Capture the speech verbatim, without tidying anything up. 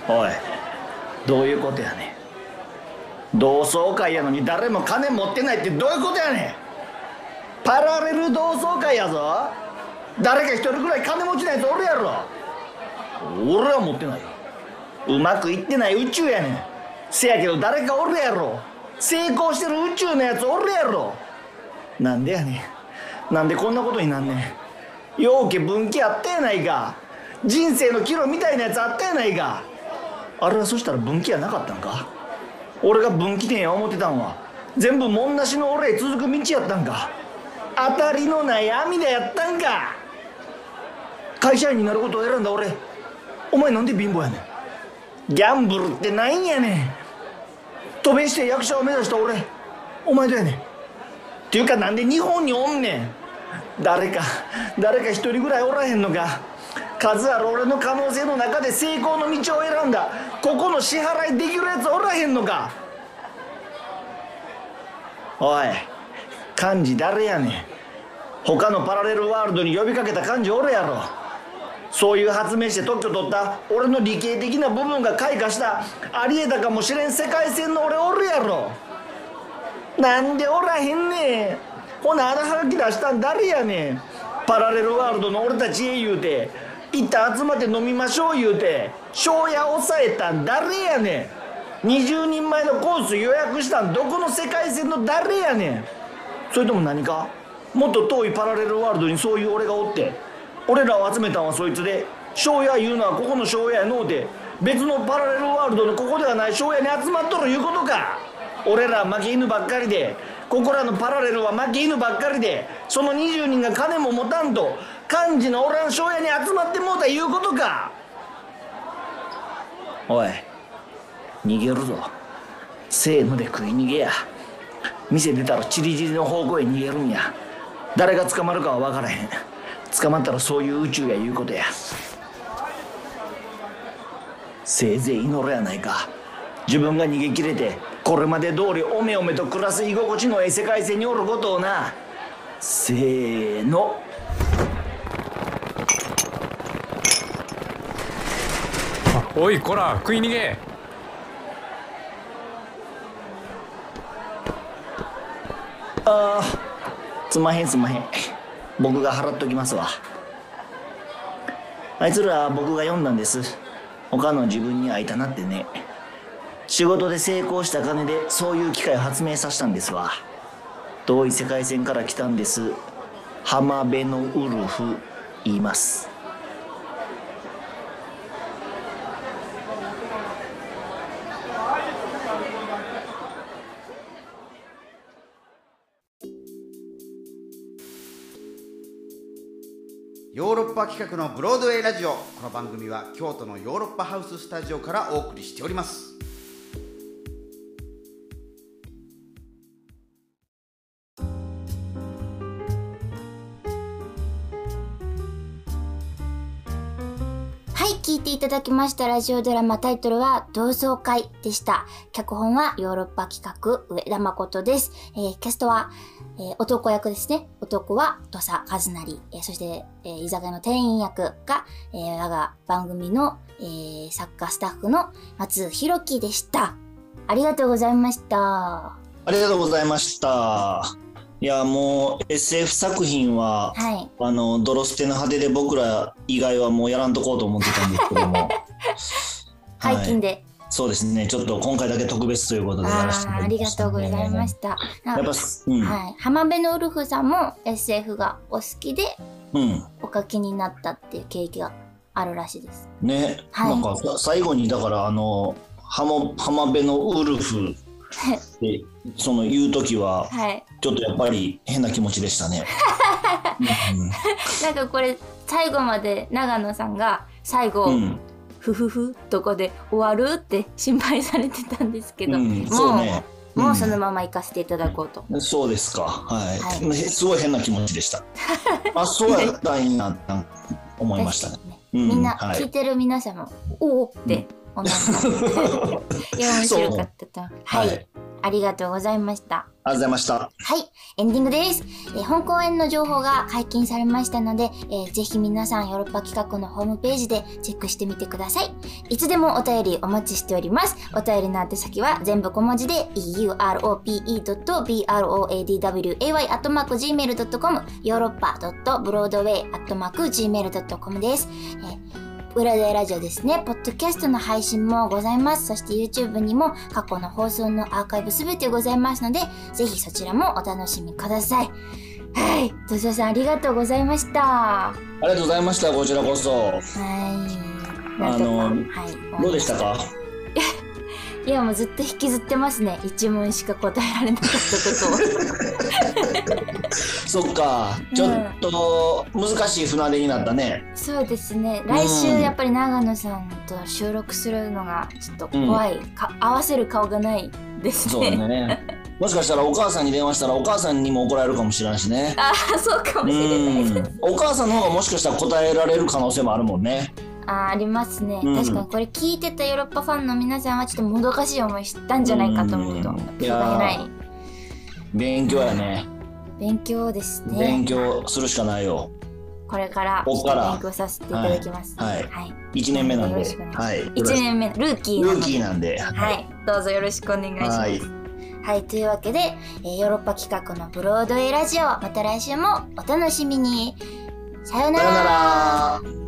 おい、どういうことやねん。同窓会やのに誰も金持ってないってどういうことやねん。パラレル同窓会やぞ。誰か一人ぐらい金持ちないやつおるやろ。俺は持ってないよ。うまくいってない宇宙やねん。せやけど誰かおるやろ。成功してる宇宙のやつおるやろ。なんでやねん。なんでこんなことになんねん。ようけ分岐あったやないか。人生の岐路みたいなやつあったやないか。あれはそしたら分岐やなかったんか。俺が分岐点や思ってたんは全部もんなしの俺へ続く道やったんか。当たりのない網でやったんか。会社員になることを選んだ俺、お前なんで貧乏やねん。ギャンブルってなんやねん。渡米して役者を目指した俺、お前どうやねん。っていうかなんで日本におんねん。誰か誰か一人ぐらいおらへんのか。数ある俺の可能性の中で成功の道を選んだここの支払いできるやつおらへんのか。おい、幹事誰やねん。他のパラレルワールドに呼びかけた幹事おるやろ。そういう発明して特許取った俺の理系的な部分が開花したありえたかもしれん世界線の俺おるやろ。なんでおらへんねん。ほなあのハガキ出したん誰やねん。パラレルワールドの俺たちへ言うて一旦集まって飲みましょう言うて庄屋抑えたん誰やねん。にじゅうにんまえのコース予約したんどこの世界線の誰やねん。それとも何かもっと遠いパラレルワールドにそういう俺がおって俺らを集めたんはそいつで、庄屋言うのはここの庄屋やのうて別のパラレルワールドのここではない庄屋に集まっとるいうことか。俺ら負け犬ばっかりでここらのパラレルは負け犬ばっかりでそのにじゅうにんが金も持たんと幹事のおらん庄屋に集まってもうたいうことか。おい、逃げるぞ。せーので食い逃げや。店出たらチリチリの方向へ逃げるんや。誰が捕まるかは分からへん。捕まったらそういう宇宙やいうことや。せいぜい祈るやないか。自分が逃げ切れてこれまで通りおめおめと暮らす居心地のええ世界線におることをな。せーの。 おいこら食い逃げ。 ああ、すまへんすまへん。僕が払っときますわ。あいつら僕が読んだんです。他の自分に会いたなってね。仕事で成功した金でそういう機械を発明させたんですわ。遠い世界線から来たんです。浜辺のウルフ言います。 ヨーロッパ企画のブロードウェイラジオ。この番組は京都のヨーロッパハウススタジオからお送りしております。 はい、聞いていただきましたラジオドラマ、タイトルは同窓会でした。脚本はヨーロッパ企画上田誠です。えー、キャストは、えー、男役ですね。男は土佐和成、えー、そして、えー、居酒屋の店員役が、えー、我が番組の、えー、作家スタッフの松弘樹でした。ありがとうございました。 ありがとうございました。いやもう エスエフ 作品は、はい、あのドロステの果てで僕ら以外はもうやらんとこうと思ってたんですけども解禁で、 はい、そうですね、ちょっと今回だけ特別ということでやらせてもらいました、ね、 あ, ありがとうございました。やっぱ、うん、 はい、浜辺のウルフさんも エスエフ がお好きで、 うん、 お書きになったっていう経験があるらしいですね、 はい、 なんか最後にだからあの浜辺のウルフでその言う時は、はい、ちょっとやっぱり変な気持ちでしたね、 うん、なんかこれ最後まで長野さんが最後、うん、ふふふとこで終わるって心配されてたんですけど、うん、もうそうね、もうそのまま行かせていただこうと、 うん、そうですか、はい、はい、すごい変な気持ちでしたあ、そうやったらいいなって思いましたね、 うん、みんな、はい、聞いてる皆さんもおおって、うんいや面白かったと、はい、はい、 ありがとうございました。 ありがとうございました。 はい、エンディングです。えー、本公演の情報が解禁されましたので、えー、ぜひ皆さんヨーロッパ企画のホームページでチェックしてみてください。いつでもお便りお待ちしております。お便りの宛先は全部小文字で イーユーアールオーピーイードットブロードウェイ アットマーク ジーメールドットコム ヨーロッパ ブロードウェイ アットマーク ジーメールドットコム です。えーブロードウェイラジオですね、ポッドキャストの配信もございます。そして YouTube にも過去の放送のアーカイブすべてございますので、ぜひそちらもお楽しみください。はい、土蔵さんありがとうございました。 ありがとうございました。こちらこそ。 はい。 あの、 はい、 どうでしたか？ いやもうずっと引きずってますね。一問しか答えられなかったことを。 そっか、ちょっと難しい船出になったね。 そうですね。来週やっぱり長野さんと収録するのがちょっと怖い、うん、か合わせる顔がないですね。 そうね。もしかしたらお母さんに電話したらお母さんにも怒られるかもしれないしね。 ああ、そうかもしれないです。 お母さんの方がもしかしたら答えられる可能性もあるもんね。 あ, ありますね、うん、確かにこれ聞いてたヨーロッパファンの皆さんはちょっともどかしい思いしたんじゃないかと思うと気がない。 勉強やね。 勉強ですね。 勉強するしかないよ。 これから勉強させていただきます。 はい、はいはい、いちねんめなんで、はい、 いちねんめルーキールーキーなんで、 はい、どうぞよろしくお願いします。はい、はい、というわけで、えー、ヨーロッパ企画のブロードウェイラジオ、また来週もお楽しみに。さようなら。 さようなら。